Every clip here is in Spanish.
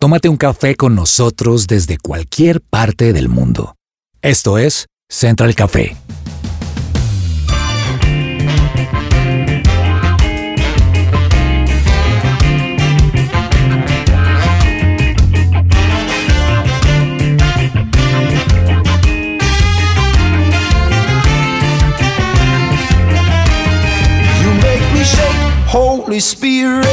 tómate un café con nosotros desde cualquier parte del mundo. Esto es Central Café. Holy Spirit,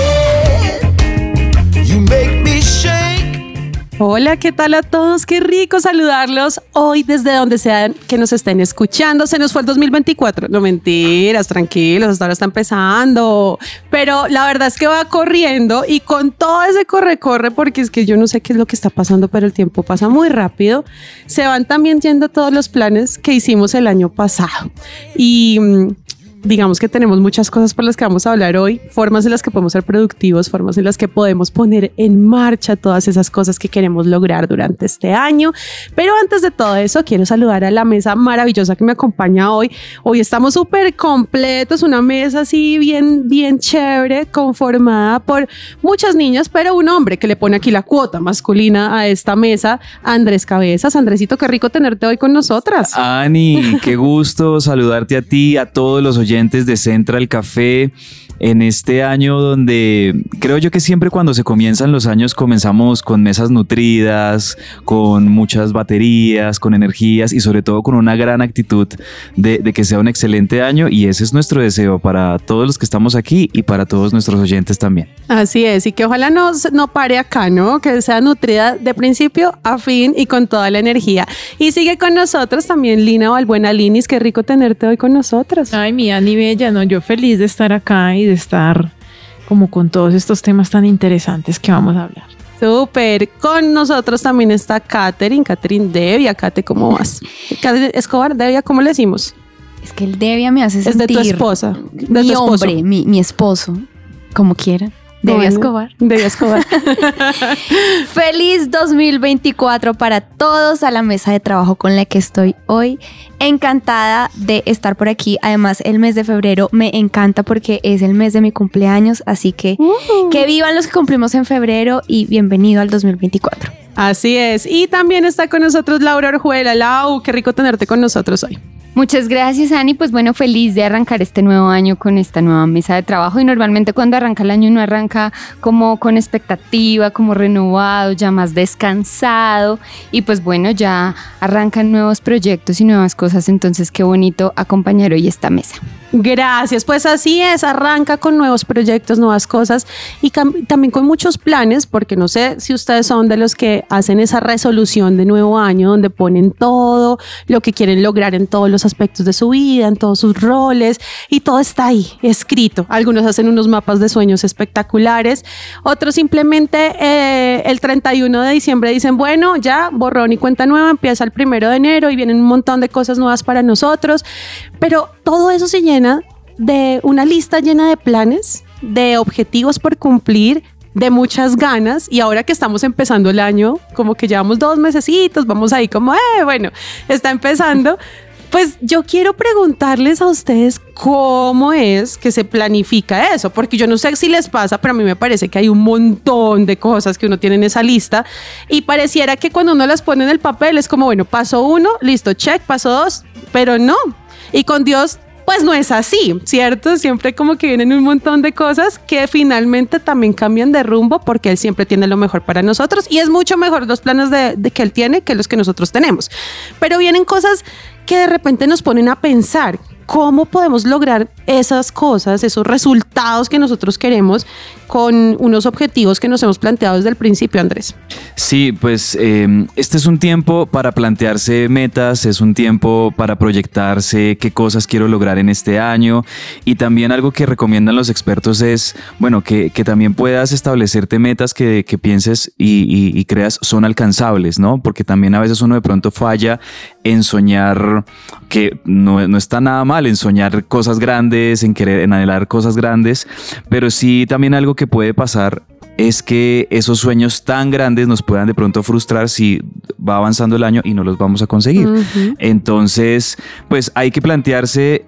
you make me shake. Hola, ¿qué tal a todos? Qué rico saludarlos hoy desde donde sea que nos estén escuchando. Se nos fue el 2024. No, mentiras, tranquilos, hasta ahora está empezando. Pero la verdad es que va corriendo y con todo ese corre, porque es que yo no sé qué es lo que está pasando, pero el tiempo pasa muy rápido. Se van también yendo todos los planes que hicimos el año pasado. Y digamos que tenemos muchas cosas por las que vamos a hablar hoy, formas en las que podemos ser productivos, formas en las que podemos poner en marcha todas esas cosas que queremos lograr durante este año. Pero antes de todo eso, quiero saludar a la mesa maravillosa que me acompaña hoy. Hoy estamos súper completos, una mesa así bien chévere, conformada por muchas niñas, pero un hombre que le pone aquí la cuota masculina a esta mesa, Andrés Cabezas. Andresito, qué rico tenerte hoy con nosotras. Ani, qué gusto saludarte a ti, a todos los oyentes de Central Café en este año donde creo yo que siempre cuando se comienzan los años comenzamos con mesas nutridas, con muchas baterías, con energías y sobre todo con una gran actitud de que sea un excelente año, y ese es nuestro deseo para todos los que estamos aquí y para todos nuestros oyentes también. Así es, y que ojalá no pare acá, ¿no? Que sea nutrida de principio a fin y con toda la energía. Y sigue con nosotros también Lina Balbuena. Linis, qué rico tenerte hoy con nosotros. Ay, mi Ani bella, no, yo feliz de estar acá y de estar como con todos estos temas tan interesantes que vamos a hablar. Súper. Con nosotros también está Katherine Devia. Kate, ¿cómo vas? Katherine Escobar, Devia, ¿cómo le decimos? Es que el Devia me hace sentir... Es de tu esposa. Mi hombre, mi esposo, como quiera. Devia Escobar. Devia Escobar. Feliz 2024 para todos, a la mesa de trabajo con la que estoy hoy. Encantada de estar por aquí. Además, el mes de febrero me encanta porque es el mes de mi cumpleaños. Así que que vivan los que cumplimos en febrero y bienvenido al 2024. Así es. Y también está con nosotros Laura Orjuela. Lau, qué rico tenerte con nosotros hoy. Muchas gracias, Ani. Pues bueno, feliz de arrancar este nuevo año con esta nueva mesa de trabajo, y normalmente cuando arranca el año uno arranca como con expectativa, como renovado, ya más descansado, y pues bueno, ya arrancan nuevos proyectos y nuevas cosas, entonces qué bonito acompañar hoy esta mesa. Gracias, pues así es, arranca con nuevos proyectos, nuevas cosas y también con muchos planes, porque no sé si ustedes son de los que hacen esa resolución de nuevo año donde ponen todo lo que quieren lograr en todos los aspectos de su vida, en todos sus roles, y todo está ahí escrito. Algunos hacen unos mapas de sueños espectaculares, otros simplemente el 31 de diciembre dicen, bueno, ya borrón y cuenta nueva, empieza el 1 de enero y vienen un montón de cosas nuevas para nosotros, pero todo eso se llena de una lista llena de planes, de objetivos por cumplir, de muchas ganas, y ahora que estamos empezando el año, como que llevamos 2 mesecitos, vamos ahí como, bueno, está empezando. Pues yo quiero preguntarles a ustedes cómo es que se planifica eso, porque yo no sé si les pasa, pero a mí me parece que hay un montón de cosas que uno tiene en esa lista y pareciera que cuando uno las pone en el papel es como, bueno, paso 1, listo, check, paso 2, pero no. Y con Dios, pues no es así, ¿cierto? Siempre como que vienen un montón de cosas que finalmente también cambian de rumbo porque Él siempre tiene lo mejor para nosotros y es mucho mejor los planes de que Él tiene que los que nosotros tenemos. Pero vienen cosas que de repente nos ponen a pensar cómo podemos lograr esas cosas, esos resultados que nosotros queremos con unos objetivos que nos hemos planteado desde el principio, Andrés. Sí, pues este es un tiempo para plantearse metas, es un tiempo para proyectarse qué cosas quiero lograr en este año, y también algo que recomiendan los expertos es, bueno, que también puedas establecerte metas que pienses y creas son alcanzables, ¿no? Porque también a veces uno de pronto falla en soñar, que no está nada mal en soñar cosas grandes, en anhelar cosas grandes, pero sí también algo que puede pasar es que esos sueños tan grandes nos puedan de pronto frustrar si va avanzando el año y no los vamos a conseguir. Uh-huh. Entonces, pues hay que plantearse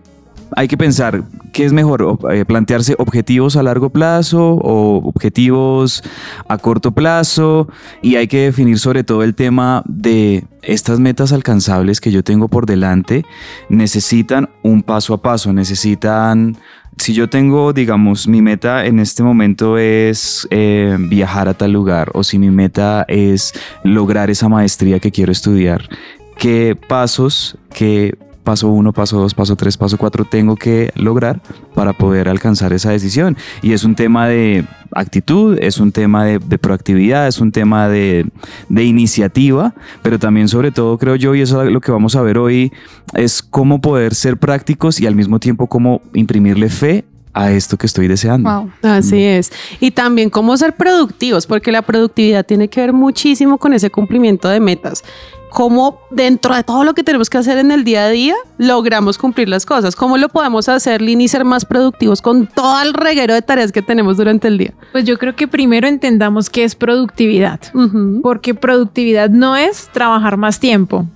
hay que pensar qué es mejor, plantearse objetivos a largo plazo o objetivos a corto plazo, y hay que definir sobre todo el tema de estas metas alcanzables que yo tengo por delante. Necesitan un paso a paso, necesitan... Si yo tengo, digamos, mi meta en este momento es viajar a tal lugar, o si mi meta es lograr esa maestría que quiero estudiar, ¿qué pasos, paso 1, paso 2, paso 3, paso 4 tengo que lograr para poder alcanzar esa decisión? Y es un tema de actitud, es un tema de proactividad, es un tema de iniciativa, pero también, sobre todo, creo yo, y eso es lo que vamos a ver hoy, es cómo poder ser prácticos y al mismo tiempo cómo imprimirle fe a esto que estoy deseando. Wow. Así es. Y también cómo ser productivos, porque la productividad tiene que ver muchísimo con ese cumplimiento de metas. Cómo dentro de todo lo que tenemos que hacer en el día a día logramos cumplir las cosas. ¿Cómo lo podemos hacer, Lini, y ser más productivos con todo el reguero de tareas que tenemos durante el día? Pues yo creo que primero entendamos qué es productividad, porque productividad no es trabajar más tiempo,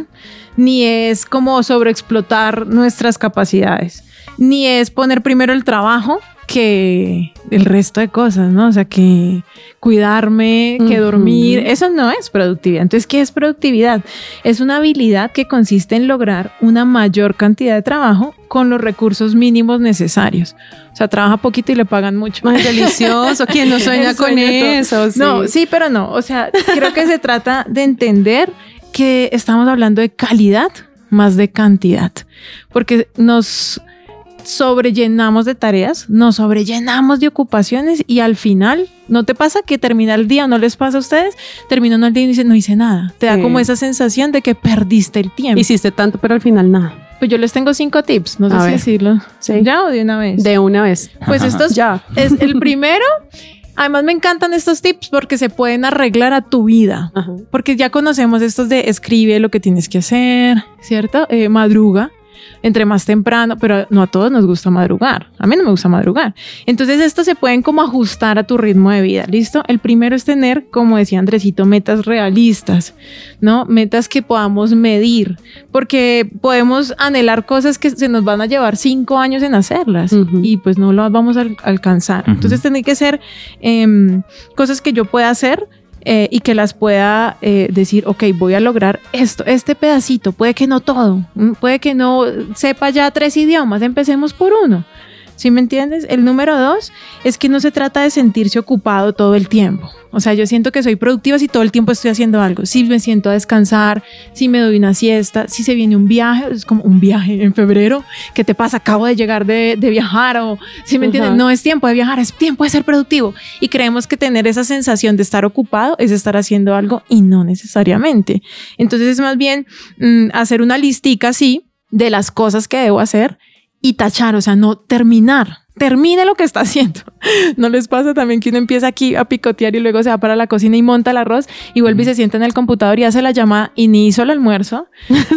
ni es como sobreexplotar nuestras capacidades, ni es poner primero el trabajo que el resto de cosas, ¿no? O sea, que cuidarme, que dormir, eso no es productividad. Entonces, ¿qué es productividad? Es una habilidad que consiste en lograr una mayor cantidad de trabajo con los recursos mínimos necesarios. O sea, trabaja poquito y le pagan mucho. Ay, delicioso. ¿Quién no sueña con eso? Sí. No, sí, pero no. O sea, creo que se trata de entender que estamos hablando de calidad más de cantidad, porque nos sobrellenamos de tareas, nos sobrellenamos de ocupaciones y al final, ¿no te pasa que termina el día? ¿No les pasa a ustedes? Terminó el día y no hice nada. Te da como esa sensación de que perdiste el tiempo. Hiciste tanto, pero al final nada. Pues yo les tengo 5 tips, no sé si decirlo. Sí. ¿Ya o de una vez? De una vez. Pues estos ya. Es el primero. Además me encantan estos tips porque se pueden arreglar a tu vida. Ajá. Porque ya conocemos estos de escribe lo que tienes que hacer, ¿cierto? Madruga. Entre más temprano, pero no a todos nos gusta madrugar. A mí no me gusta madrugar. Entonces estos se pueden como ajustar a tu ritmo de vida, ¿listo? El primero es tener, como decía Andresito, metas realistas, ¿no? Metas que podamos medir, porque podemos anhelar cosas que se nos van a llevar 5 años en hacerlas y pues no las vamos a alcanzar. Entonces tienen que ser cosas que yo pueda hacer y que las pueda decir, ok, voy a lograr esto, este pedacito, puede que no todo, puede que no sepa ya 3 idiomas, empecemos por uno. ¿Sí me entiendes? El número 2 es que no se trata de sentirse ocupado todo el tiempo. O sea, yo siento que soy productiva si todo el tiempo estoy haciendo algo. Si me siento a descansar, si me doy una siesta, si se viene un viaje, es como un viaje en febrero. ¿Qué te pasa? Acabo de llegar de viajar o, ¿sí me entiendes? No es tiempo de viajar, es tiempo de ser productivo. Y creemos que tener esa sensación de estar ocupado es estar haciendo algo y no necesariamente. Entonces es más bien hacer una listica así de las cosas que debo hacer y tachar, o sea, no terminar. Termine lo que está haciendo. ¿No les pasa también que uno empieza aquí a picotear y luego se va para la cocina y monta el arroz y vuelve y se sienta en el computador y hace la llamada y ni hizo el almuerzo,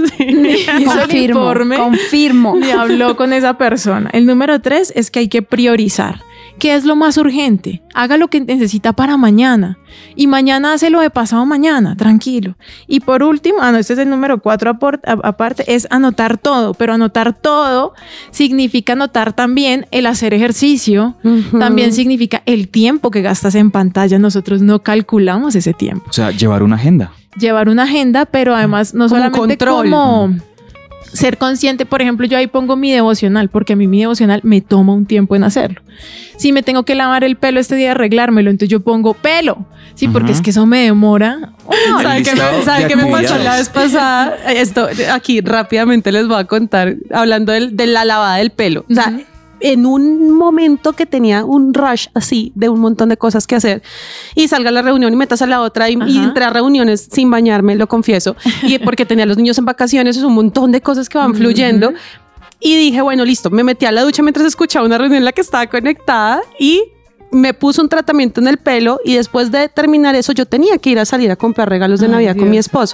ni hizo el informe, confirmo. ni habló con esa persona? El número 3 es que hay que priorizar. ¿Qué es lo más urgente? Haga lo que necesita para mañana. Y mañana hace lo de pasado mañana, tranquilo. Y por último, este es el número 4 aparte, es anotar todo. Pero anotar todo significa anotar también el hacer ejercicio. También significa el tiempo que gastas en pantalla. Nosotros no calculamos ese tiempo. O sea, llevar una agenda. Llevar una agenda, pero además no como solamente control. Como ser consciente. Por ejemplo, yo ahí pongo mi devocional, porque a mí mi devocional me toma un tiempo en hacerlo. Si me tengo que lavar el pelo este día, arreglármelo, entonces yo pongo pelo. Sí, porque es que eso me demora. ¿Sabe qué me pasó la vez pasada? Esto aquí rápidamente les voy a contar, hablando de la lavada del pelo. O sea, en un momento que tenía un rush así de un montón de cosas que hacer y salga a la reunión y metas a la otra y entré a reuniones sin bañarme, lo confieso, y porque tenía a los niños en vacaciones, es un montón de cosas que van fluyendo. Y dije, bueno, listo, me metí a la ducha mientras escuchaba una reunión en la que estaba conectada y me puse un tratamiento en el pelo y después de terminar eso yo tenía que ir a salir a comprar regalos de Navidad con mi esposo.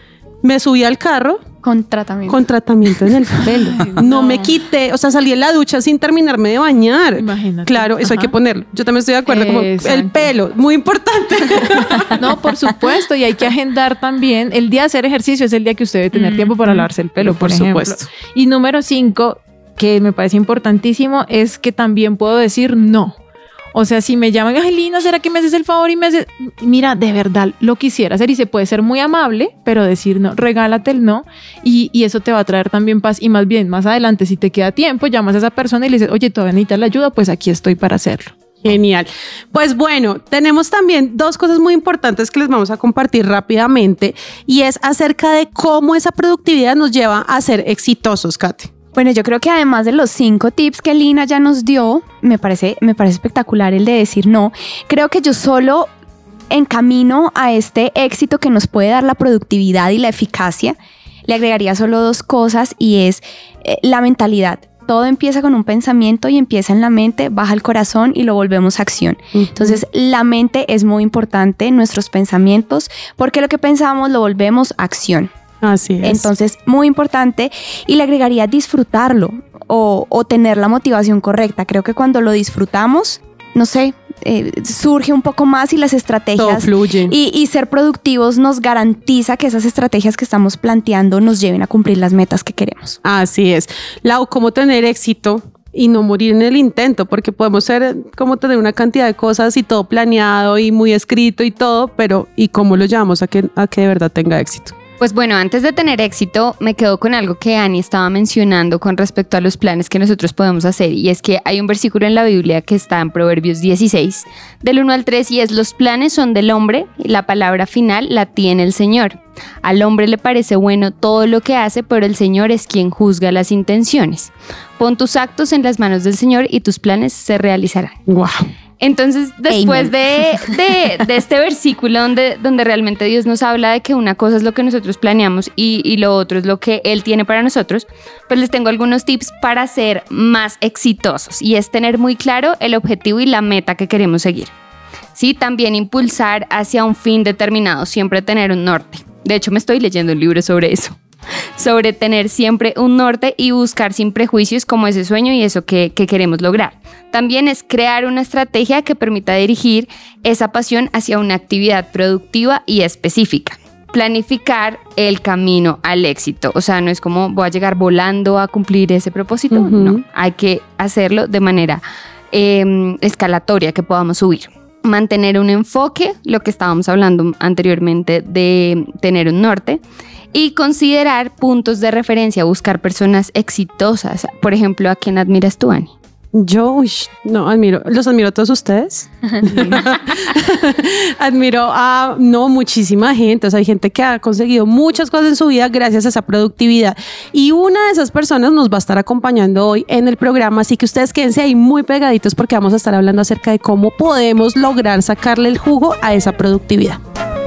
Me subí al carro con tratamiento. Con tratamiento en el pelo. No me quité, o sea, salí de la ducha sin terminarme de bañar. Imagínate. Claro, eso hay que ponerlo. Yo también estoy de acuerdo, como el pelo, muy importante. No, por supuesto, y hay que agendar también. El día de hacer ejercicio es el día que usted debe tener tiempo para lavarse el pelo, por ejemplo. Supuesto. Y número 5, que me parece importantísimo, es que también puedo decir no. O sea, si me llaman, Angelina, ¿será que me haces el favor y me haces? Mira, de verdad lo quisiera hacer y se puede ser muy amable, pero decir no, regálate el no y eso te va a traer también paz. Y más bien, más adelante, si te queda tiempo, llamas a esa persona y le dices, oye, todavía necesitas la ayuda, pues aquí estoy para hacerlo. Genial. Pues bueno, tenemos también dos cosas muy importantes que les vamos a compartir rápidamente y es acerca de cómo esa productividad nos lleva a ser exitosos, Kate. Bueno, yo creo que además de los 5 tips que Lina ya nos dio, me parece espectacular el de decir no. Creo que yo solo en camino a este éxito que nos puede dar la productividad y la eficacia, le agregaría solo 2 cosas y es la mentalidad. Todo empieza con un pensamiento y empieza en la mente, baja al corazón y lo volvemos a acción. Entonces, la mente es muy importante, nuestros pensamientos, porque lo que pensamos lo volvemos a acción. Así es. Entonces, muy importante, y le agregaría disfrutarlo o tener la motivación correcta. Creo que cuando lo disfrutamos, no sé, surge un poco más y las estrategias todo fluye. Y ser productivos nos garantiza que esas estrategias que estamos planteando nos lleven a cumplir las metas que queremos. Así es. Lau, ¿cómo tener éxito y no morir en el intento? Porque podemos ser como tener una cantidad de cosas y todo planeado y muy escrito y todo, pero ¿y cómo lo llevamos a que de verdad tenga éxito? Pues bueno, antes de tener éxito, me quedo con algo que Ani estaba mencionando con respecto a los planes que nosotros podemos hacer, y es que hay un versículo en la Biblia que está en Proverbios 16, del 1 al 3, y es: los planes son del hombre, la palabra final la tiene el Señor. Al hombre le parece bueno todo lo que hace, pero el Señor es quien juzga las intenciones. Pon tus actos en las manos del Señor y tus planes se realizarán. ¡Wow! Entonces, después de este versículo donde realmente Dios nos habla de que una cosa es lo que nosotros planeamos y lo otro es lo que Él tiene para nosotros, pues les tengo algunos tips para ser más exitosos, y es tener muy claro el objetivo y la meta que queremos seguir. Sí, también impulsar hacia un fin determinado, siempre tener un norte. De hecho, me estoy leyendo un libro sobre eso, sobre tener siempre un norte y buscar sin prejuicios como ese sueño y eso que queremos lograr. También es crear una estrategia que permita dirigir esa pasión hacia una actividad productiva y específica. Planificar el camino al éxito, o sea, no es como voy a llegar volando a cumplir ese propósito, no, hay que hacerlo de manera escalatoria, que podamos subir. Mantener un enfoque, lo que estábamos hablando anteriormente de tener un norte, y considerar puntos de referencia, buscar personas exitosas. Por ejemplo, ¿a quién admiras tú, Ani? Yo, los admiro a todos ustedes. Admiro a muchísima gente. O sea, hay gente que ha conseguido muchas cosas en su vida gracias a esa productividad. Y una de esas personas nos va a estar acompañando hoy en el programa. Así que ustedes quédense ahí muy pegaditos porque vamos a estar hablando acerca de cómo podemos lograr sacarle el jugo a esa productividad.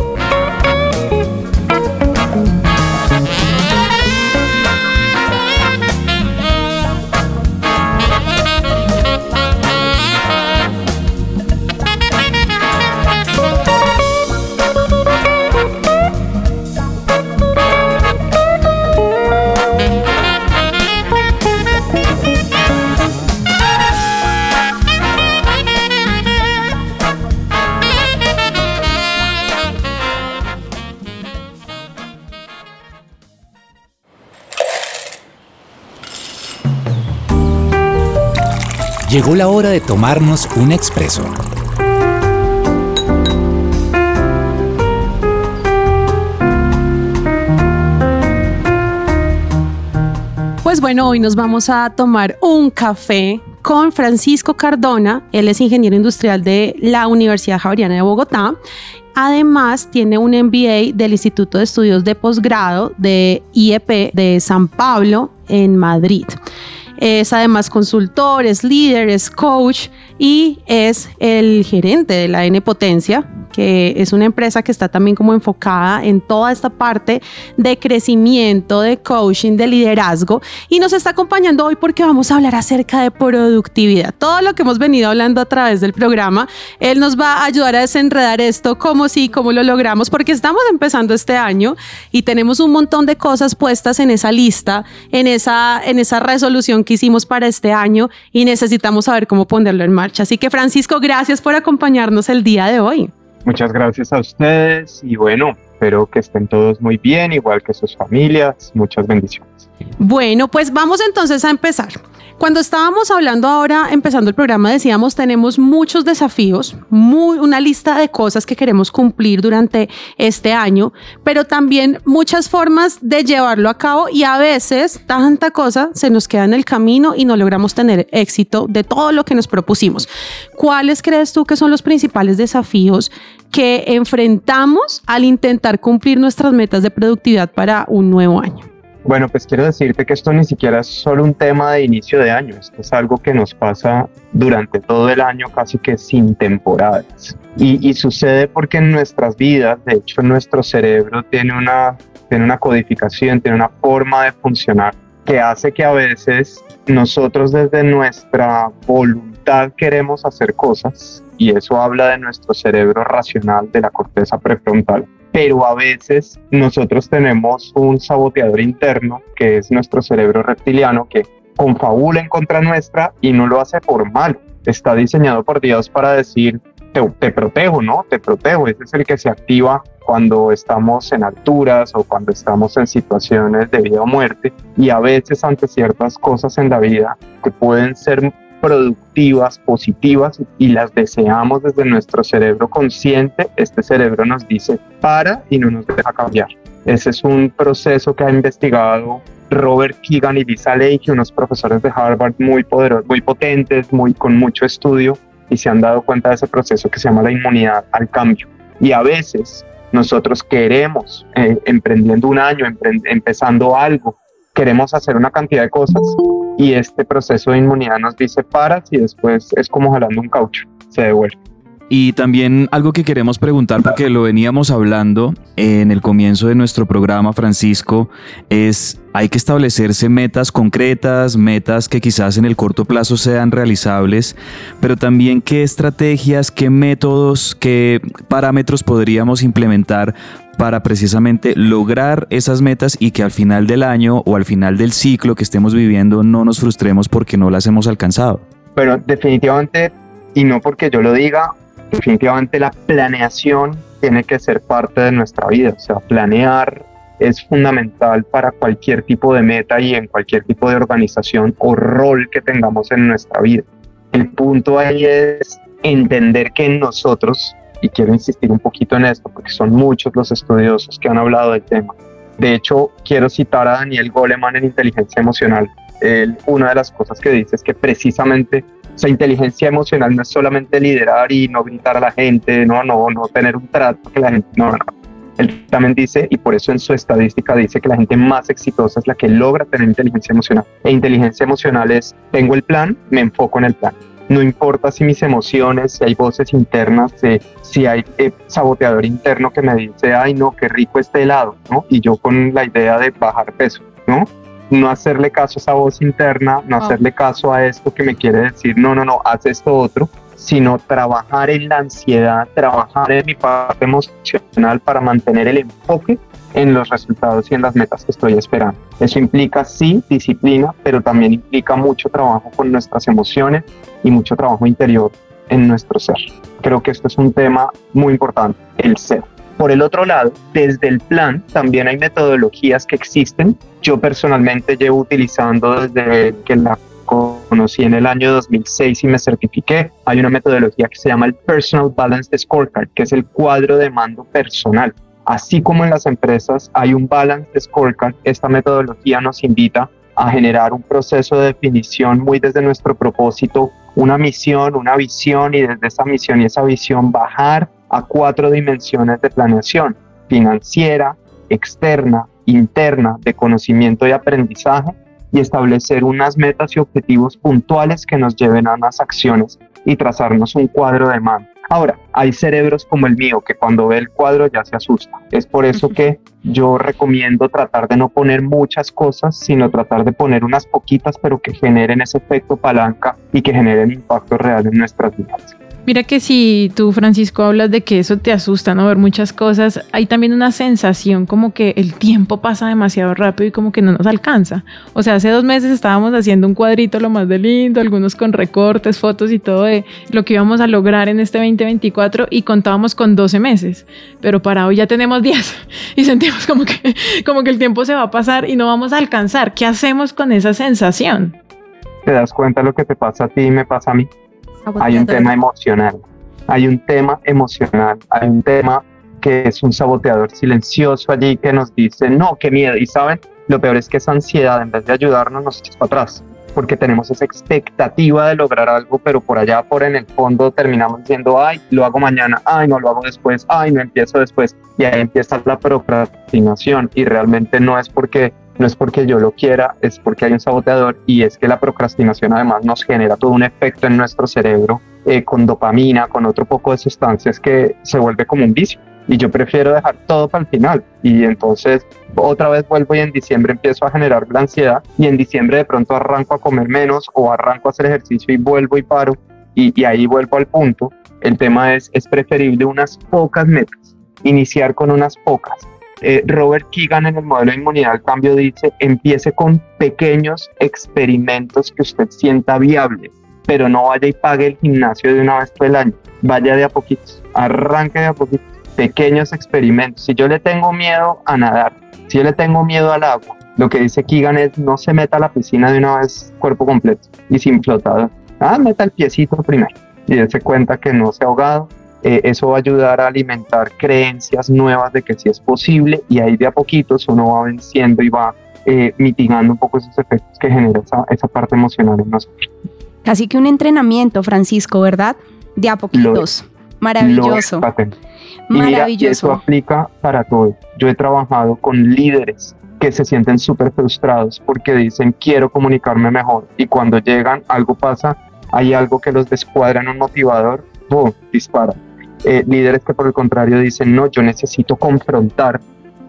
Llegó la hora de tomarnos un expreso. Pues bueno, hoy nos vamos a tomar un café con Francisco Cardona. Él es ingeniero industrial de la Universidad Javeriana de Bogotá. Además, tiene un MBA del Instituto de Estudios de Posgrado de IEP de San Pablo en Madrid. Es además consultor, es líder, es coach y es el gerente de la N Potencia, que es una empresa que está también como enfocada en toda esta parte de crecimiento, de coaching, de liderazgo, y nos está acompañando hoy porque vamos a hablar acerca de productividad. Todo lo que hemos venido hablando a través del programa, él nos va a ayudar a desenredar esto, cómo lo logramos, porque estamos empezando este año y tenemos un montón de cosas puestas en esa lista, en esa resolución que hicimos para este año, y necesitamos saber cómo ponerlo en marcha. Así que, Francisco, gracias por acompañarnos el día de hoy. Muchas gracias a ustedes y bueno, espero que estén todos muy bien, igual que sus familias. Muchas bendiciones. Bueno, pues vamos entonces a empezar. Cuando estábamos hablando ahora, empezando el programa, decíamos tenemos muchos desafíos, una lista de cosas que queremos cumplir durante este año, pero también muchas formas de llevarlo a cabo y a veces tanta cosa se nos queda en el camino y no logramos tener éxito de todo lo que nos propusimos. ¿Cuáles crees tú que son los principales desafíos que enfrentamos al intentar cumplir nuestras metas de productividad para un nuevo año? Bueno, pues quiero decirte que esto ni siquiera es solo un tema de inicio de año, esto es algo que nos pasa durante todo el año, casi que sin temporadas. Y sucede porque en nuestras vidas, de hecho, nuestro cerebro tiene una codificación, tiene una forma de funcionar que hace que a veces nosotros desde nuestra voluntad queremos hacer cosas, y eso habla de nuestro cerebro racional, de la corteza prefrontal. Pero a veces nosotros tenemos un saboteador interno, que es nuestro cerebro reptiliano, que confabula en contra nuestra y no lo hace por malo. Está diseñado por Dios para decir, te protejo, ¿no? Te protejo. Ese es el que se activa cuando estamos en alturas o cuando estamos en situaciones de vida o muerte. Y a veces ante ciertas cosas en la vida que pueden ser productivas, positivas, y las deseamos desde nuestro cerebro consciente, este cerebro nos dice para y no nos deja cambiar. Ese es un proceso que ha investigado Robert Keegan y Lisa Leakey, unos profesores de Harvard muy poderosos, muy potentes, con mucho estudio, y se han dado cuenta de ese proceso que se llama la inmunidad al cambio. Y a veces nosotros queremos, emprendiendo un año, empezando algo, queremos hacer una cantidad de cosas y este proceso de inmunidad nos dice paras y después es como jalando un caucho, se devuelve. Y también algo que queremos preguntar, porque lo veníamos hablando en el comienzo de nuestro programa, Francisco, es hay que establecerse metas concretas, metas que quizás en el corto plazo sean realizables, pero también qué estrategias, qué métodos, qué parámetros podríamos implementar para precisamente lograr esas metas y que al final del año o al final del ciclo que estemos viviendo no nos frustremos porque no las hemos alcanzado. Pero definitivamente, y no porque yo lo diga, definitivamente la planeación tiene que ser parte de nuestra vida. O sea, planear es fundamental para cualquier tipo de meta y en cualquier tipo de organización o rol que tengamos en nuestra vida. El punto ahí es entender que en nosotros, y quiero insistir un poquito en esto porque son muchos los estudiosos que han hablado del tema. De hecho, quiero citar a Daniel Goleman en Inteligencia Emocional. Una de las cosas que dice es que precisamente esa inteligencia emocional no es solamente liderar y no gritar a la gente, no tener un trato que la gente, no. Él también dice, y por eso en su estadística dice que la gente más exitosa es la que logra tener inteligencia emocional. E inteligencia emocional es, tengo el plan, me enfoco en el plan. No importa si mis emociones, si hay voces internas, si hay saboteador interno que me dice, ay no, qué rico este helado, ¿no? Y yo con la idea de bajar peso, ¿no? No hacerle caso a esa voz interna, no hacerle caso a esto que me quiere decir, no, haz esto otro, sino trabajar en la ansiedad, trabajar en mi parte emocional para mantener el enfoque en los resultados y en las metas que estoy esperando. Eso implica, sí, disciplina, pero también implica mucho trabajo con nuestras emociones y mucho trabajo interior en nuestro ser. Creo que esto es un tema muy importante, el ser. Por el otro lado, desde el plan también hay metodologías que existen. Yo personalmente llevo utilizando desde que la conocí en el año 2006 y me certifiqué. Hay una metodología que se llama el Personal Balanced Scorecard, que es el cuadro de mando personal. Así como en las empresas hay un Balanced Scorecard, esta metodología nos invita a generar un proceso de definición muy desde nuestro propósito, una misión, una visión, y desde esa misión y esa visión bajar a 4 dimensiones de planeación: financiera, externa, interna, de conocimiento y aprendizaje, y establecer unas metas y objetivos puntuales que nos lleven a unas acciones y trazarnos un cuadro de mando. Ahora, hay cerebros como el mío que cuando ve el cuadro ya se asusta. Es por eso que yo recomiendo tratar de no poner muchas cosas, sino tratar de poner unas poquitas, pero que generen ese efecto palanca y que generen impacto real en nuestras vidas. Mira que si tú, Francisco, hablas de que eso te asusta, ¿no? Ver muchas cosas, hay también una sensación como que el tiempo pasa demasiado rápido y como que no nos alcanza. O sea, hace 2 meses estábamos haciendo un cuadrito lo más de lindo, algunos con recortes, fotos y todo de lo que íbamos a lograr en este 2024 y contábamos con 12 meses, pero para hoy ya tenemos 10 y sentimos como que el tiempo se va a pasar y no vamos a alcanzar. ¿Qué hacemos con esa sensación? ¿Te das cuenta lo que te pasa a ti y me pasa a mí? Hay un tema emocional, hay un tema que es un saboteador silencioso allí que nos dice, no, qué miedo. Y saben, lo peor es que esa ansiedad, en vez de ayudarnos, nos echa para atrás, porque tenemos esa expectativa de lograr algo, pero por allá, por en el fondo, terminamos diciendo, ay, lo hago mañana, ay, no lo hago después, ay, no empiezo después. Y ahí empieza la procrastinación, y realmente no es porque yo lo quiera, es porque hay un saboteador, y es que la procrastinación además nos genera todo un efecto en nuestro cerebro con dopamina, con otro poco de sustancias que se vuelve como un vicio. Y yo prefiero dejar todo para el final. Y entonces otra vez vuelvo y en diciembre empiezo a generar la ansiedad, y en diciembre de pronto arranco a comer menos o arranco a hacer ejercicio y vuelvo y paro, y ahí vuelvo al punto. El tema es preferible unas pocas metas, iniciar con unas pocas. Robert Keegan en el modelo de inmunidad al cambio dice, empiece con pequeños experimentos que usted sienta viables, pero no vaya y pague el gimnasio de una vez todo el año, vaya de a poquitos, arranque de a poquitos, pequeños experimentos. Si yo le tengo miedo a nadar, si yo le tengo miedo al agua, lo que dice Keegan es no se meta a la piscina de una vez cuerpo completo y sin flotador, meta el piecito primero y dése cuenta que no se ha ahogado. Eso va a ayudar a alimentar creencias nuevas de que sí es posible, y ahí de a poquitos uno va venciendo y va mitigando un poco esos efectos que genera esa parte emocional en nosotros. Casi que un entrenamiento, Francisco, ¿verdad? De a poquitos. Maravilloso. Maravilloso. Mira, eso aplica para todo. Yo he trabajado con líderes que se sienten súper frustrados porque dicen quiero comunicarme mejor, y cuando llegan algo pasa, hay algo que los descuadra en un motivador, ¡boom!, dispara. Líderes que por el contrario dicen no, yo necesito confrontar,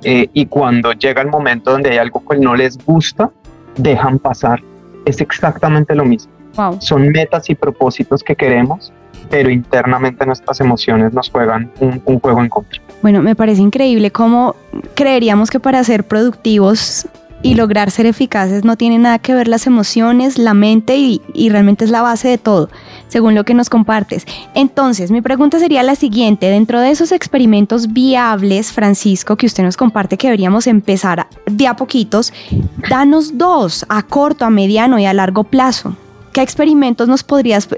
y cuando llega el momento donde hay algo que no les gusta, dejan pasar. Es exactamente lo mismo. Wow. Son metas y propósitos que queremos, pero internamente nuestras emociones nos juegan un juego en contra. Bueno, me parece increíble cómo creeríamos que para ser productivos y lograr ser eficaces no tiene nada que ver las emociones, la mente y realmente es la base de todo, según lo que nos compartes. Entonces, mi pregunta sería la siguiente: dentro de esos experimentos viables, Francisco, que usted nos comparte que deberíamos empezar de a poquitos, danos 2, a corto, a mediano y a largo plazo. ¿Qué experimentos nos podrías,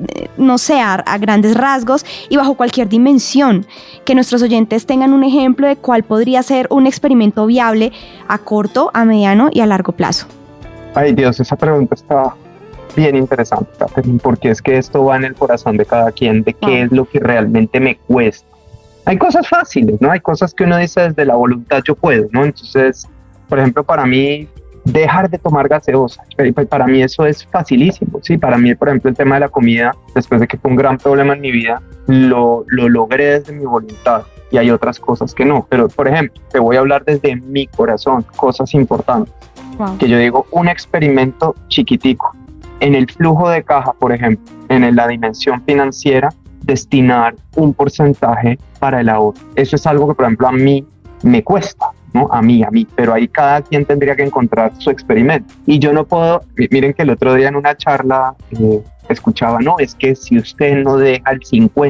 no sé, a grandes rasgos y bajo cualquier dimensión, que nuestros oyentes tengan un ejemplo de cuál podría ser un experimento viable a corto, a mediano y a largo plazo? Ay Dios, esa pregunta está bien interesante, Catherine, porque es que esto va en el corazón de cada quien, de qué es lo que realmente me cuesta. Hay cosas fáciles, ¿no? Hay cosas que uno dice desde la voluntad yo puedo, ¿no? Entonces, por ejemplo, para mí, dejar de tomar gaseosa, para mí eso es facilísimo, ¿sí? Para mí, por ejemplo, el tema de la comida, después de que fue un gran problema en mi vida, lo logré desde mi voluntad, y hay otras cosas que no. Pero, por ejemplo, te voy a hablar desde mi corazón, cosas importantes. Wow. Que yo digo, un experimento chiquitico. En el flujo de caja, por ejemplo, en la dimensión financiera, destinar un porcentaje para el ahorro. Eso es algo que, por ejemplo, a mí me cuesta, ¿no? A mí, pero ahí cada quien tendría que encontrar su experimento. Y yo no puedo, miren que el otro día en una charla escuchaba, no, es que si usted no deja el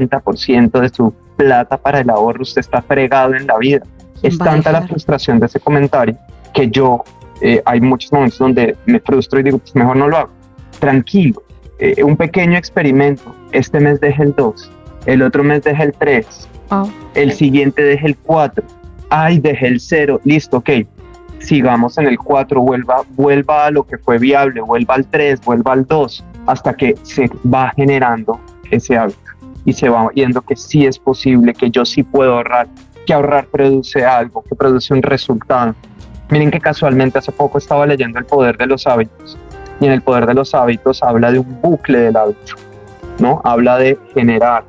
50% de su plata para el ahorro, usted está fregado en la vida. Es tanta la frustración de ese comentario que yo, hay muchos momentos donde me frustro y digo, pues mejor no lo hago. Tranquilo, un pequeño experimento, este mes deje el 2, el otro mes deje el 3, el siguiente deje el 4, ay, dejé el 0, listo, ok, sigamos en el 4, vuelva a lo que fue viable, vuelva al 3, vuelva al 2, hasta que se va generando ese hábito y se va viendo que sí es posible, que yo sí puedo ahorrar, que ahorrar produce algo, que produce un resultado. Miren que casualmente hace poco estaba leyendo El poder de los hábitos, y en El poder de los hábitos habla de un bucle del hábito, ¿no? Habla de generar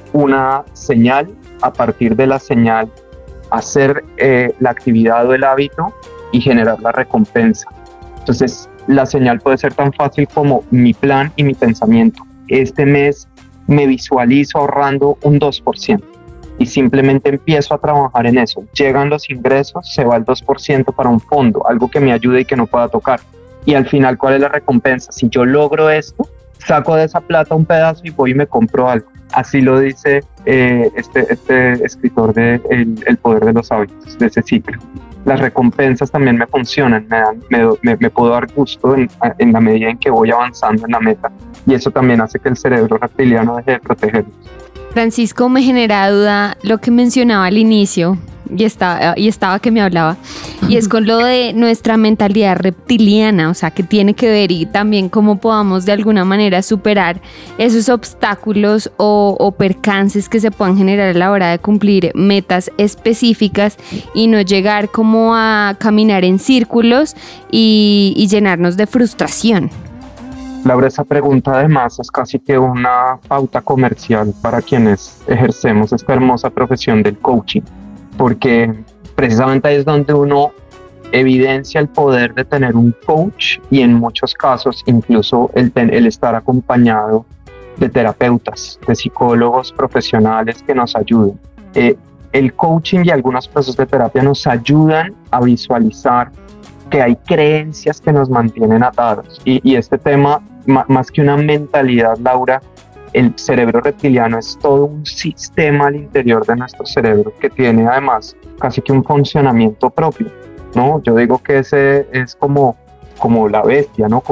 una señal, a partir de la señal hacer la actividad o el hábito y generar la recompensa. Entonces, la señal puede ser tan fácil como mi plan y mi pensamiento. Este mes me visualizo ahorrando un 2%. Y simplemente empiezo a trabajar en eso. Llegan los ingresos, se va el 2% para un fondo, algo que me ayude y que no pueda tocar. Y al final, ¿cuál es la recompensa? Si yo logro esto, saco de esa plata un pedazo y voy y me compro algo. Así lo dice este escritor de El poder de los hábitos, de ese ciclo. Las recompensas también me funcionan, me puedo dar gusto en la medida en que voy avanzando en la meta. Y eso también hace que el cerebro reptiliano deje de protegernos. Francisco, me genera duda lo que mencionaba al inicio y estaba que me hablaba, y es con lo de nuestra mentalidad reptiliana, o sea, que tiene que ver y también cómo podamos de alguna manera superar esos obstáculos o percances que se puedan generar a la hora de cumplir metas específicas y no llegar como a caminar en círculos y llenarnos de frustración. Laura, esa pregunta además es casi que una pauta comercial para quienes ejercemos esta hermosa profesión del coaching, porque precisamente ahí es donde uno evidencia el poder de tener un coach y en muchos casos incluso el estar acompañado de terapeutas, de psicólogos profesionales que nos ayuden. El coaching y algunos procesos de terapia nos ayudan a visualizar que hay creencias que nos mantienen atados y este tema, más que una mentalidad, Laura, el cerebro reptiliano es todo un sistema al interior de nuestro cerebro que tiene además casi que un funcionamiento propio, ¿no? Yo digo que ese es como la bestia, ¿no?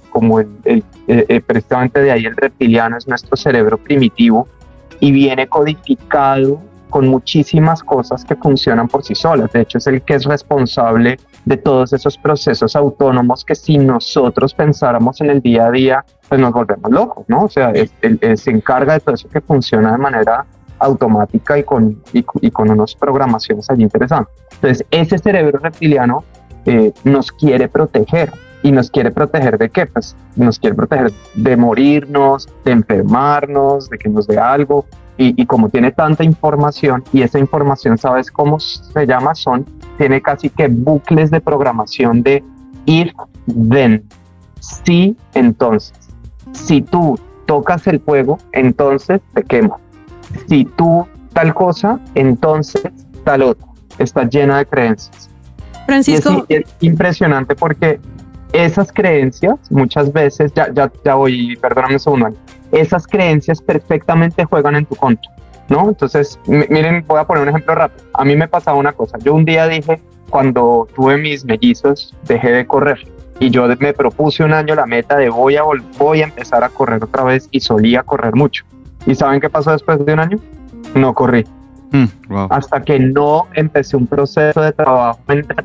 Precisamente de ahí el reptiliano es nuestro cerebro primitivo y viene codificado con muchísimas cosas que funcionan por sí solas. De hecho, es el que es responsable de todos esos procesos autónomos que si nosotros pensáramos en el día a día, pues nos volvemos locos, ¿no? O sea, él se encarga de todo eso que funciona de manera automática y con unas programaciones allí interesantes. Entonces, ese cerebro reptiliano nos quiere proteger. ¿Y nos quiere proteger de qué? Pues nos quiere proteger de morirnos, de enfermarnos, de que nos dé algo. Y como tiene tanta información, y esa información, ¿sabes cómo se llama? Tiene casi que bucles de programación de if, then, si, entonces. Si tú tocas el fuego, entonces te quema. Si tú tal cosa, entonces tal otra. Está llena de creencias. Francisco. Y es impresionante porque esas creencias, muchas veces, ya voy, perdóname un segundo, esas creencias perfectamente juegan en tu contra, ¿no? Entonces, miren, voy a poner un ejemplo rápido. A mí me pasaba una cosa. Yo un día dije, cuando tuve mis mellizos, dejé de correr. Y yo me propuse un año la meta de voy a empezar a correr otra vez, y solía correr mucho. ¿Y saben qué pasó después de un año? No corrí. Wow. Hasta que no empecé un proceso de trabajo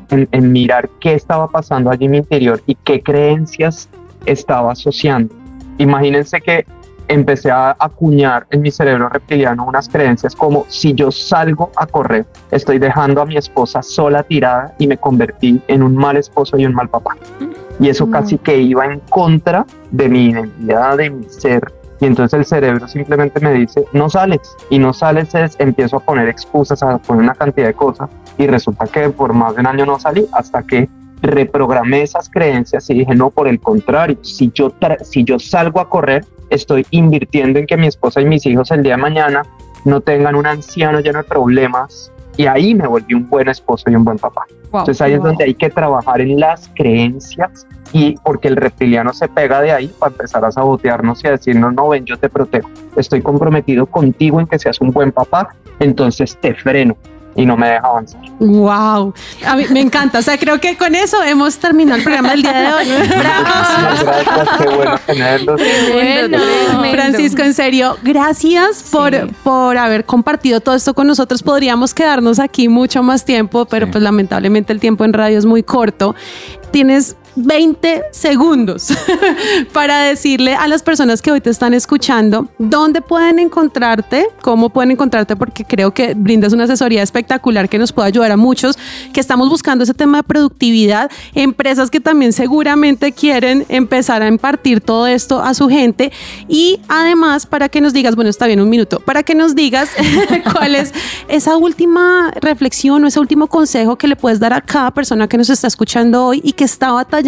en mirar qué estaba pasando allí en mi interior y qué creencias estaba asociando. Imagínense que empecé a acuñar en mi cerebro reptiliano unas creencias como: si yo salgo a correr, estoy dejando a mi esposa sola tirada y me convertí en un mal esposo y un mal papá. Y eso casi que iba en contra de mi identidad, de mi ser. Y entonces el cerebro simplemente me dice, no sales. Y no sales empiezo a poner excusas, a poner una cantidad de cosas. Y resulta que por más de un año no salí, hasta que reprogramé esas creencias y dije, no, por el contrario, si yo salgo a correr, estoy invirtiendo en que mi esposa y mis hijos el día de mañana no tengan un anciano lleno de problemas. Y ahí me volví un buen esposo y un buen papá. Wow, entonces ahí es donde hay que trabajar en las creencias, y porque el reptiliano se pega de ahí para empezar a sabotearnos y a decirnos, no, ven, yo te protejo, estoy comprometido contigo en que seas un buen papá, entonces te freno y no me deja avanzar. ¡Wow! A mí me encanta. O sea, creo que con eso hemos terminado el programa del día de hoy. ¡Bravo! Gracias, qué bueno tenerlos. Bueno, Francisco, en serio, gracias por haber compartido todo esto con nosotros. Podríamos quedarnos aquí mucho más tiempo, pero pues lamentablemente el tiempo en radio es muy corto. Tienes 20 segundos para decirle a las personas que hoy te están escuchando dónde pueden encontrarte, cómo pueden encontrarte, porque creo que brindas una asesoría espectacular que nos puede ayudar a muchos que estamos buscando ese tema de productividad, empresas que también seguramente quieren empezar a impartir todo esto a su gente, y además para que nos digas, bueno, está bien, un minuto, para que nos digas cuál es esa última reflexión o ese último consejo que le puedes dar a cada persona que nos está escuchando hoy y que está batallando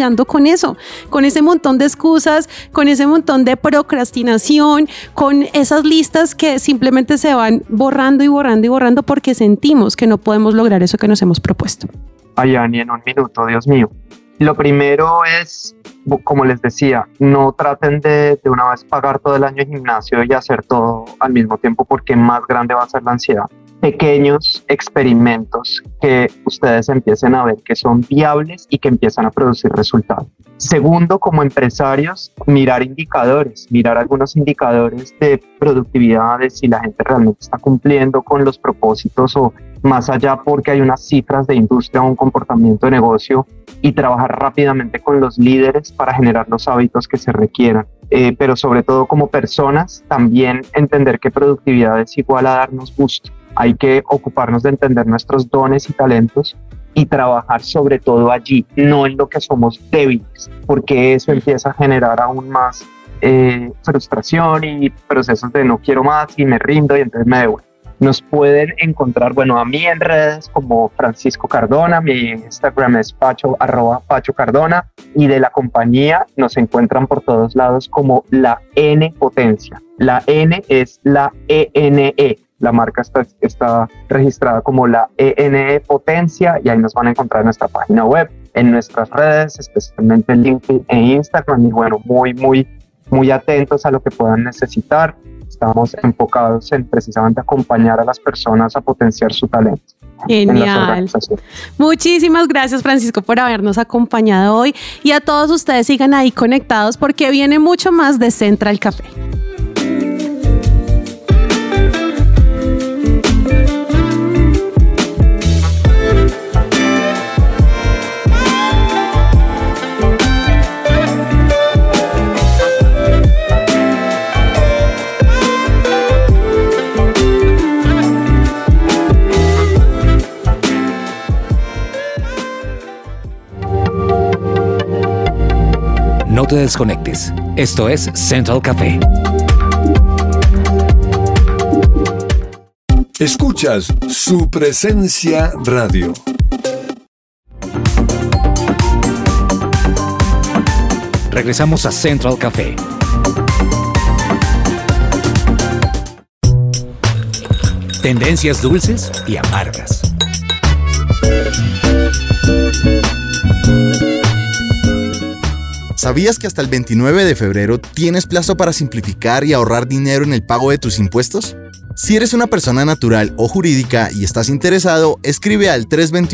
batallando con eso, con ese montón de excusas, con ese montón de procrastinación, con esas listas que simplemente se van borrando y borrando y borrando porque sentimos que no podemos lograr eso que nos hemos propuesto. Ayani, en un minuto, Dios mío. Lo primero es, como les decía, no traten de una vez pagar todo el año de gimnasio y hacer todo al mismo tiempo, porque más grande va a ser la ansiedad. Pequeños experimentos que ustedes empiecen a ver que son viables y que empiezan a producir resultados. Segundo, como empresarios, mirar indicadores, mirar algunos indicadores de productividad, de si la gente realmente está cumpliendo con los propósitos o más allá porque hay unas cifras de industria o un comportamiento de negocio, y trabajar rápidamente con los líderes para generar los hábitos que se requieran. Pero sobre todo como personas, también entender que productividad es igual a darnos gusto. Hay que ocuparnos de entender nuestros dones y talentos y trabajar sobre todo allí, no en lo que somos débiles, porque eso empieza a generar aún más frustración y procesos de no quiero más y me rindo y entonces me devuelvo. Nos pueden encontrar, bueno, a mí en redes como Francisco Cardona, mi Instagram es @Pacho Cardona, y de la compañía nos encuentran por todos lados como La N Potencia. La N es la ENE, la marca está registrada como la ENE Potencia, y ahí nos van a encontrar en nuestra página web, en nuestras redes, especialmente en LinkedIn e Instagram, y bueno, muy atentos a lo que puedan necesitar. Estamos enfocados en precisamente acompañar a las personas a potenciar su talento. Genial. Muchísimas gracias, Francisco, por habernos acompañado hoy, y a todos ustedes sigan ahí conectados porque viene mucho más de Central Café. No te desconectes. Esto es Central Café. Escuchas Su Presencia Radio. Regresamos a Central Café. Tendencias dulces y amargas. ¿Sabías que hasta el 29 de febrero tienes plazo para simplificar y ahorrar dinero en el pago de tus impuestos? Si eres una persona natural o jurídica y estás interesado, escribe al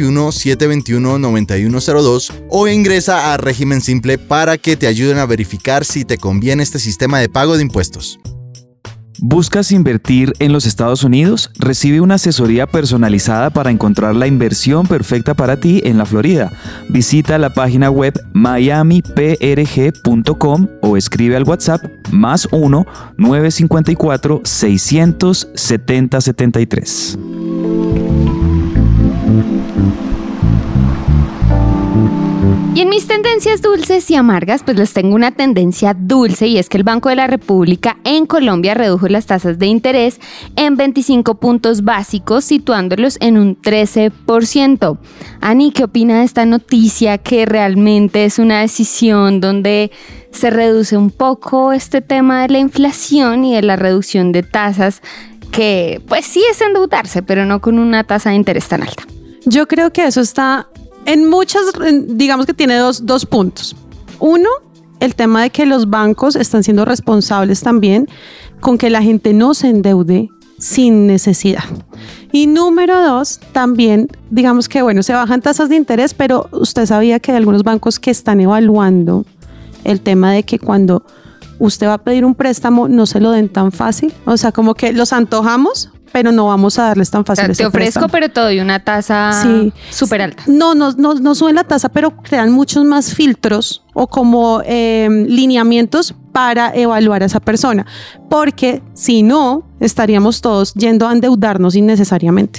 321-721-9102 o ingresa a Régimen Simple para que te ayuden a verificar si te conviene este sistema de pago de impuestos. ¿Buscas invertir en los Estados Unidos? Recibe una asesoría personalizada para encontrar la inversión perfecta para ti en la Florida. Visita la página web miamiprg.com o escribe al WhatsApp +1 954 600 7073. Y en mis tendencias dulces y amargas, pues les tengo una tendencia dulce, y es que el Banco de la República en Colombia redujo las tasas de interés en 25 puntos básicos, situándolos en un 13%. Ani, ¿qué opina de esta noticia, que realmente es una decisión donde se reduce un poco este tema de la inflación y de la reducción de tasas, que pues sí es endeudarse, pero no con una tasa de interés tan alta? Yo creo que eso está en muchas, digamos que tiene dos puntos. Uno, el tema de que los bancos están siendo responsables también con que la gente no se endeude sin necesidad. Y número dos, también digamos que bueno, se bajan tasas de interés, pero usted sabía que hay algunos bancos que están evaluando el tema de que cuando usted va a pedir un préstamo no se lo den tan fácil. O sea, como que los antojamos, pero no vamos a darles tan fácil. O sea, ese te ofrezco, préstamo. pero te doy una tasa súper alta. No suben la tasa, pero crean muchos más filtros o como lineamientos para evaluar a esa persona. Porque si no, estaríamos todos yendo a endeudarnos innecesariamente.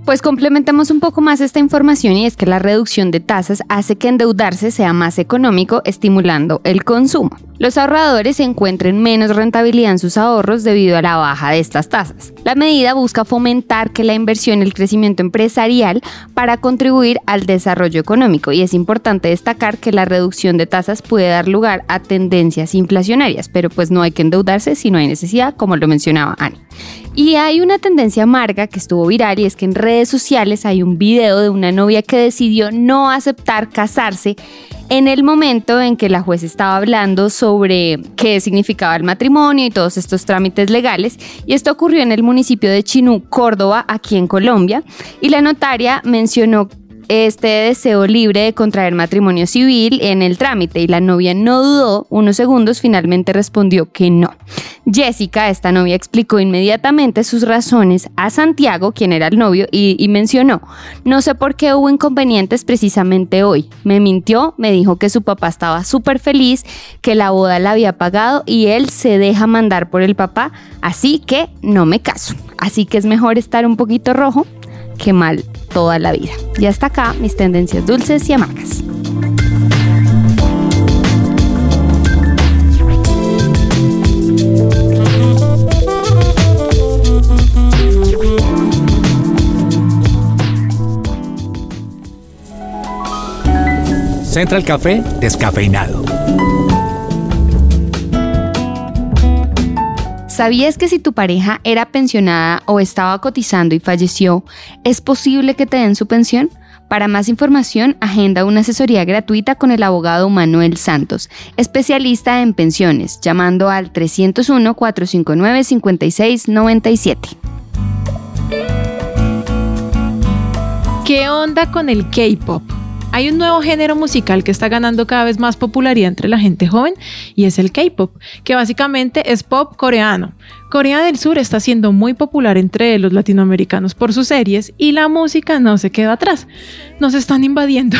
Pues complementemos un poco más esta información y es que la reducción de tasas hace que endeudarse sea más económico, estimulando el consumo. Los ahorradores encuentren menos rentabilidad en sus ahorros debido a la baja de estas tasas. La medida busca fomentar que la inversión y el crecimiento empresarial para contribuir al desarrollo económico y es importante destacar que la reducción de tasas puede dar lugar a tendencias inflacionarias, pero pues no hay que endeudarse si no hay necesidad, como lo mencionaba Ani. Y hay una tendencia amarga que estuvo viral y es que en redes sociales hay un video de una novia que decidió no aceptar casarse en el momento en que la juez estaba hablando sobre qué significaba el matrimonio y todos estos trámites legales. Y esto ocurrió en el municipio de Chinú, Córdoba, aquí en Colombia. Y la notaria mencionó este deseo libre de contraer matrimonio civil en el trámite y la novia no dudó unos segundos, finalmente respondió que no. Jessica, esta novia, explicó inmediatamente sus razones a Santiago, quien era el novio, y mencionó: no sé por qué hubo inconvenientes precisamente hoy. Me mintió, me dijo que su papá estaba súper feliz, que la boda la había pagado y él se deja mandar por el papá, así que no me caso. Así que es mejor estar un poquito rojo que mal toda la vida. Y hasta acá mis tendencias dulces y amargas. Central Café descafeinado. ¿Sabías que si tu pareja era pensionada o estaba cotizando y falleció, es posible que te den su pensión? Para más información, agenda una asesoría gratuita con el abogado Manuel Santos, especialista en pensiones, llamando al 301-459-5697. ¿Qué onda con el K-pop? Hay un nuevo género musical que está ganando cada vez más popularidad entre la gente joven y es el K-pop, que básicamente es pop coreano. Corea del Sur está siendo muy popular entre los latinoamericanos por sus series y la música no se queda atrás. Nos están invadiendo.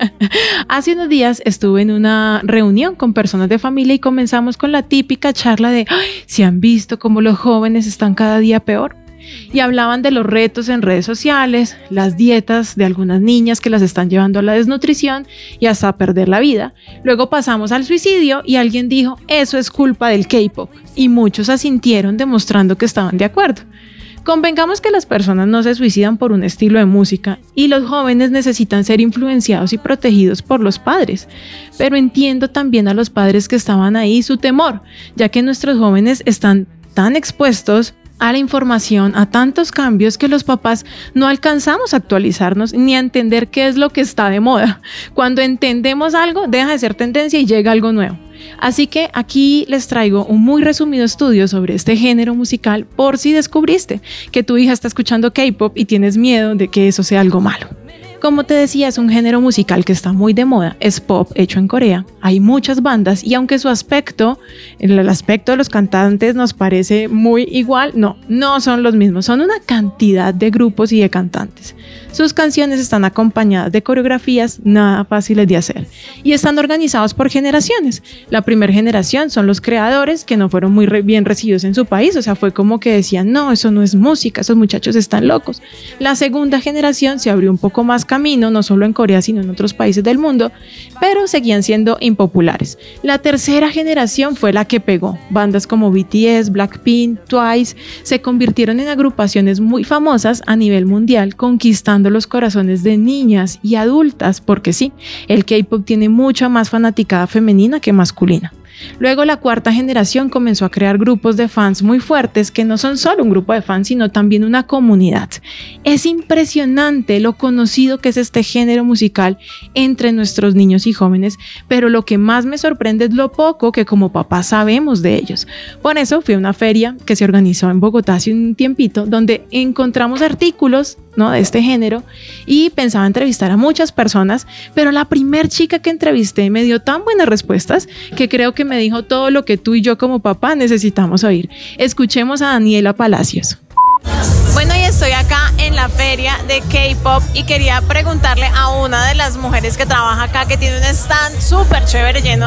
Hace unos días estuve en una reunión con personas de familia y comenzamos con la típica charla de ¿se han visto cómo los jóvenes están cada día peor? Y hablaban de los retos en redes sociales, las dietas de algunas niñas que las están llevando a la desnutrición y hasta a perder la vida. Luego pasamos al suicidio y alguien dijo, eso es culpa del K-pop. Y muchos asintieron demostrando que estaban de acuerdo. Convengamos que las personas no se suicidan por un estilo de música y los jóvenes necesitan ser influenciados y protegidos por los padres. Pero entiendo también a los padres que estaban ahí su temor, ya que nuestros jóvenes están tan expuestos a la información, a tantos cambios que los papás no alcanzamos a actualizarnos ni a entender qué es lo que está de moda. Cuando entendemos algo, deja de ser tendencia y llega algo nuevo. Así que aquí les traigo un muy resumido estudio sobre este género musical por si descubriste que tu hija está escuchando K-pop y tienes miedo de que eso sea algo malo. Como te decía, es un género musical que está muy de moda, es pop hecho en Corea, hay muchas bandas y aunque su aspecto, el aspecto de los cantantes nos parece muy igual, no son los mismos, son una cantidad de grupos y de cantantes. Sus canciones están acompañadas de coreografías nada fáciles de hacer y están organizados por generaciones. La primera generación son los creadores que no fueron muy bien recibidos en su país, o sea, fue como que decían, no, eso no es música, esos muchachos están locos. La segunda generación se abrió un poco más camino, no solo en Corea, sino en otros países del mundo, pero seguían siendo impopulares. La tercera generación fue la que pegó. Bandas como BTS, Blackpink, Twice se convirtieron en agrupaciones muy famosas a nivel mundial, conquistando los corazones de niñas y adultas, porque sí, el K-pop tiene mucha más fanaticada femenina que masculina. Luego la cuarta generación comenzó a crear grupos de fans muy fuertes que no son solo un grupo de fans, sino también una comunidad. Es impresionante lo conocido que es este género musical entre nuestros niños y jóvenes, pero lo que más me sorprende es lo poco que como papás sabemos de ellos. Por eso fui a una feria que se organizó en Bogotá hace un tiempito, donde encontramos artículos de este género y pensaba entrevistar a muchas personas, pero la primer chica que entrevisté me dio tan buenas respuestas que creo que me dijo todo lo que tú y yo como papá necesitamos oír. Escuchemos a Daniela Palacios. Bueno, y estoy acá en la feria de K-pop y quería preguntarle a una de las mujeres que trabaja acá, que tiene un stand súper chévere lleno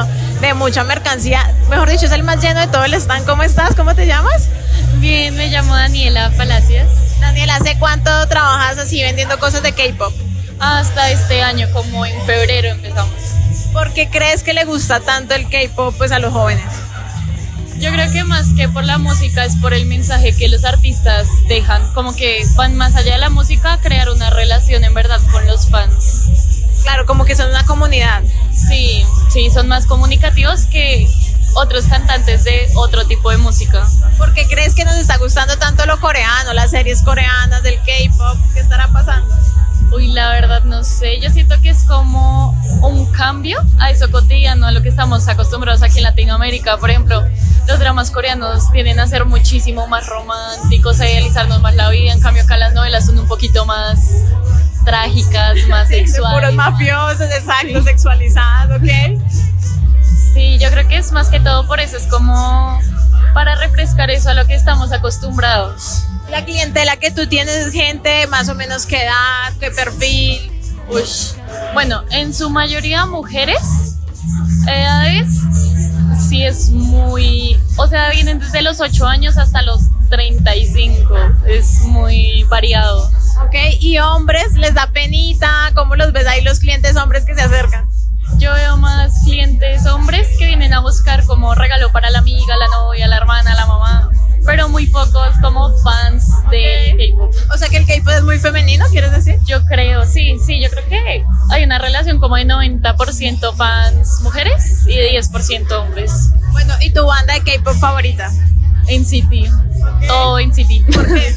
de mucha mercancía. Mejor dicho, es el más lleno de todo el stand. ¿Cómo estás? ¿Cómo te llamas? Bien, me llamo Daniela Palacios. Daniela, ¿hace cuánto trabajas así vendiendo cosas de K-pop? Hasta este año, como en febrero empezamos. ¿Por qué crees que le gusta tanto el K-pop pues, a los jóvenes? Yo creo que más que por la música es por el mensaje que los artistas dejan, como que van más allá de la música a crear una relación en verdad con los fans. Claro, como que son una comunidad. Sí, son más comunicativos que otros cantantes de otro tipo de música. ¿Por qué crees que nos está gustando tanto lo coreano, las series coreanas del K-pop? ¿Qué estará pasando? Uy, la verdad no sé, yo siento que es como un cambio a eso cotidiano, a lo que estamos acostumbrados aquí en Latinoamérica. Por ejemplo, los dramas coreanos tienden a ser muchísimo más románticos, a idealizarnos más la vida, en cambio acá las novelas son un poquito más trágicas, más sexuales. Puros mafiosos, exacto, sexualizados, ¿ok? Sí, yo creo que es más que todo por eso, es como para refrescar eso a lo que estamos acostumbrados. La clientela que tú tienes es gente más o menos qué edad, qué perfil. Bueno, en su mayoría mujeres, edades, sí es muy, o sea, vienen desde los 8 años hasta los 35, es muy variado. Ok, ¿y hombres les da penita? ¿Cómo los ves ahí los clientes hombres que se acercan? Yo veo más clientes hombres que vienen a buscar como regalo para la amiga, la novia, la hermana, la mamá, pero muy pocos como fans del K-pop. O sea que el K-pop es muy femenino, ¿quieres decir? Yo creo, sí, yo creo que hay una relación como de 90% fans mujeres y de 10% hombres. Bueno, ¿y tu banda de K-pop favorita? NCT. Todo NCT. ¿Por qué?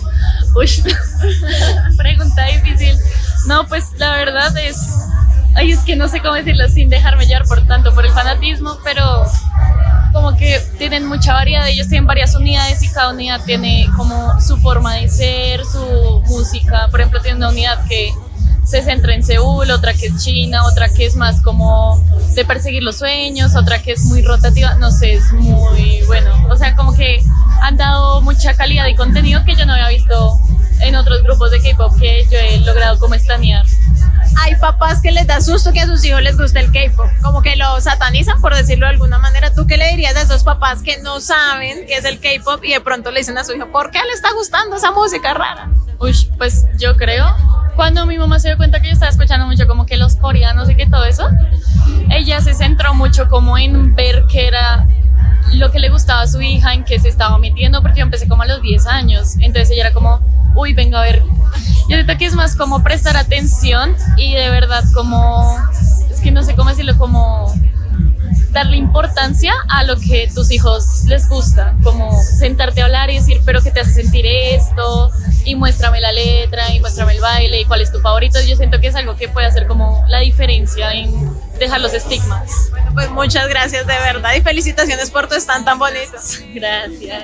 Pregunta difícil. No, pues la verdad es que no sé cómo decirlo sin dejarme llevar por el fanatismo, pero como que tienen mucha variedad, ellos tienen varias unidades y cada unidad tiene como su forma de ser, su música. Por ejemplo, tiene una unidad que se centra en Seúl, otra que es China, otra que es más como de perseguir los sueños, otra que es muy rotativa, no sé, es muy bueno. O sea, como que han dado mucha calidad de contenido que yo no había visto en otros grupos de K-pop que yo he logrado como estanear. Hay papás que les da susto que a sus hijos les guste el K-pop, como que lo satanizan, por decirlo de alguna manera. ¿Tú qué le dirías a esos papás que no saben qué es el K-pop y de pronto le dicen a su hijo, ¿por qué le está gustando esa música rara? Pues yo creo, cuando mi mamá se dio cuenta que yo estaba escuchando mucho como que los coreanos y que todo eso, ella se centró mucho como en ver qué era lo que le gustaba a su hija, en qué se estaba metiendo, porque yo empecé como a los 10 años, entonces ella era como, venga a ver. Yo siento que es más como prestar atención y de verdad como, es que no sé cómo decirlo, como darle importancia a lo que tus hijos les gusta, como sentarte a hablar y decir, pero ¿qué te hace sentir esto? Y muéstrame la letra, y muéstrame el baile, y cuál es tu favorito. Yo siento que es algo que puede hacer como la diferencia en dejar los estigmas. Bueno, pues muchas gracias de verdad y felicitaciones por tu stand tan bonito. Gracias.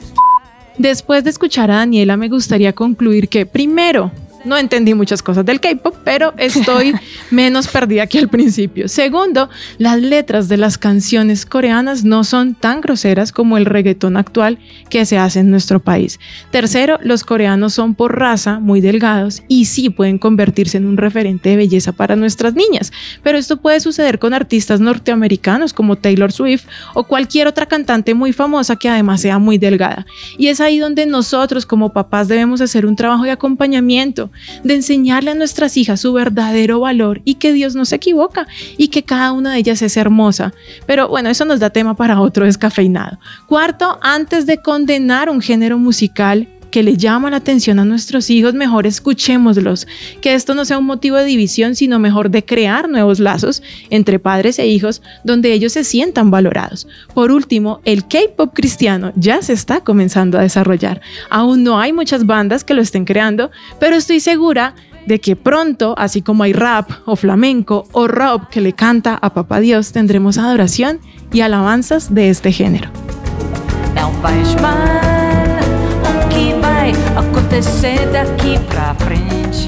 Después de escuchar a Daniela, me gustaría concluir que, primero, no entendí muchas cosas del K-pop, pero estoy menos perdida que al principio. Segundo, las letras de las canciones coreanas no son tan groseras como el reggaetón actual que se hace en nuestro país. Tercero, los coreanos son por raza muy delgados y sí pueden convertirse en un referente de belleza para nuestras niñas, pero esto puede suceder con artistas norteamericanos como Taylor Swift o cualquier otra cantante muy famosa que además sea muy delgada. Y es ahí donde nosotros como papás debemos hacer un trabajo de acompañamiento, de enseñarle a nuestras hijas su verdadero valor y que Dios no se equivoca y que cada una de ellas es hermosa. Pero bueno, eso nos da tema para otro descafeinado. Cuarto, antes de condenar un género musical que le llama la atención a nuestros hijos, mejor escuchémoslos, que esto no sea un motivo de división, sino mejor de crear nuevos lazos entre padres e hijos donde ellos se sientan valorados. Por último, el K-pop cristiano ya se está comenzando a desarrollar. Aún no hay muchas bandas que lo estén creando, pero estoy segura de que pronto, así como hay rap o flamenco o rock que le canta a Papá Dios, tendremos adoración y alabanzas de este género. Não faz mal o que vai acontecer daqui pra frente.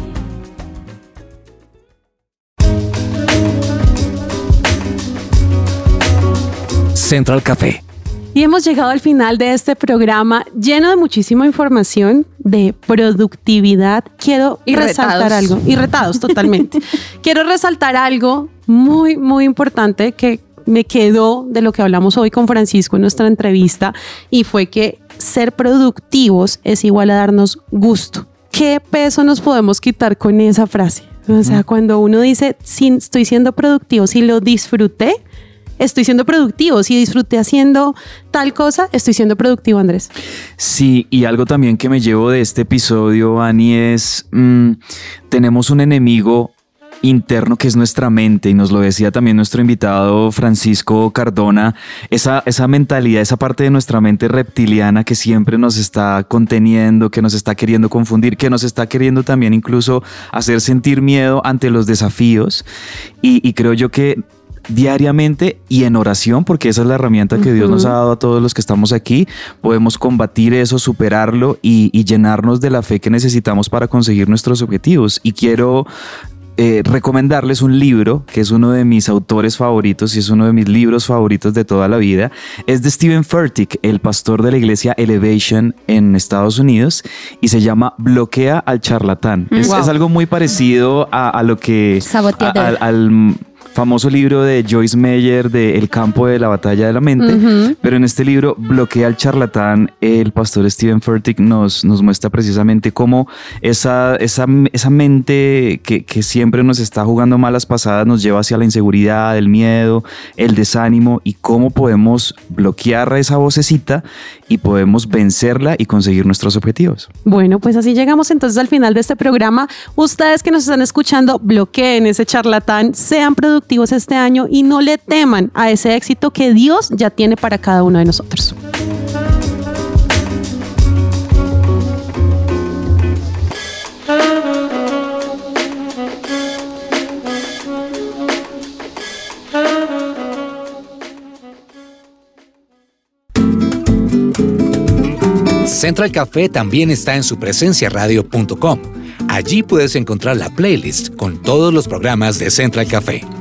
Central Café. Y hemos llegado al final de este programa lleno de muchísima información de productividad. Quiero resaltar algo. Y retados, totalmente. Quiero resaltar algo muy, muy importante que me quedó de lo que hablamos hoy con Francisco en nuestra entrevista, y fue que ser productivos es igual a darnos gusto. ¿Qué peso nos podemos quitar con esa frase? O sea, cuando uno dice, si estoy siendo productivo, si lo disfruté, estoy siendo productivo. Si disfruté haciendo tal cosa, estoy siendo productivo, Andrés. Sí, y algo también que me llevo de este episodio, Ani, es tenemos un enemigo interno que es nuestra mente, y nos lo decía también nuestro invitado Francisco Cardona, esa mentalidad, esa parte de nuestra mente reptiliana que siempre nos está conteniendo, que nos está queriendo confundir, que nos está queriendo también incluso hacer sentir miedo ante los desafíos, y creo yo que diariamente y en oración, porque esa es la herramienta que Dios nos ha dado a todos los que estamos aquí, podemos combatir eso, superarlo y llenarnos de la fe que necesitamos para conseguir nuestros objetivos. Y quiero recomendarles un libro que es uno de mis autores favoritos y es uno de mis libros favoritos de toda la vida. Es de Steven Furtick, el pastor de la iglesia Elevation en Estados Unidos, y se llama Bloquea al charlatán. Es algo muy parecido a lo que al famoso libro de Joyce Meyer de El campo de la batalla de la mente, pero en este libro Bloquea al charlatán, el pastor Steven Furtick nos muestra precisamente cómo esa mente que siempre nos está jugando malas pasadas nos lleva hacia la inseguridad, el miedo, el desánimo, y cómo podemos bloquear a esa vocecita y podemos vencerla y conseguir nuestros objetivos. Bueno, pues así llegamos entonces al final de este programa. Ustedes que nos están escuchando, bloqueen ese charlatán, sean productivos este año y no le teman a ese éxito que Dios ya tiene para cada uno de nosotros. Central Café también está en supresenciaradio.com. Allí puedes encontrar la playlist con todos los programas de Central Café.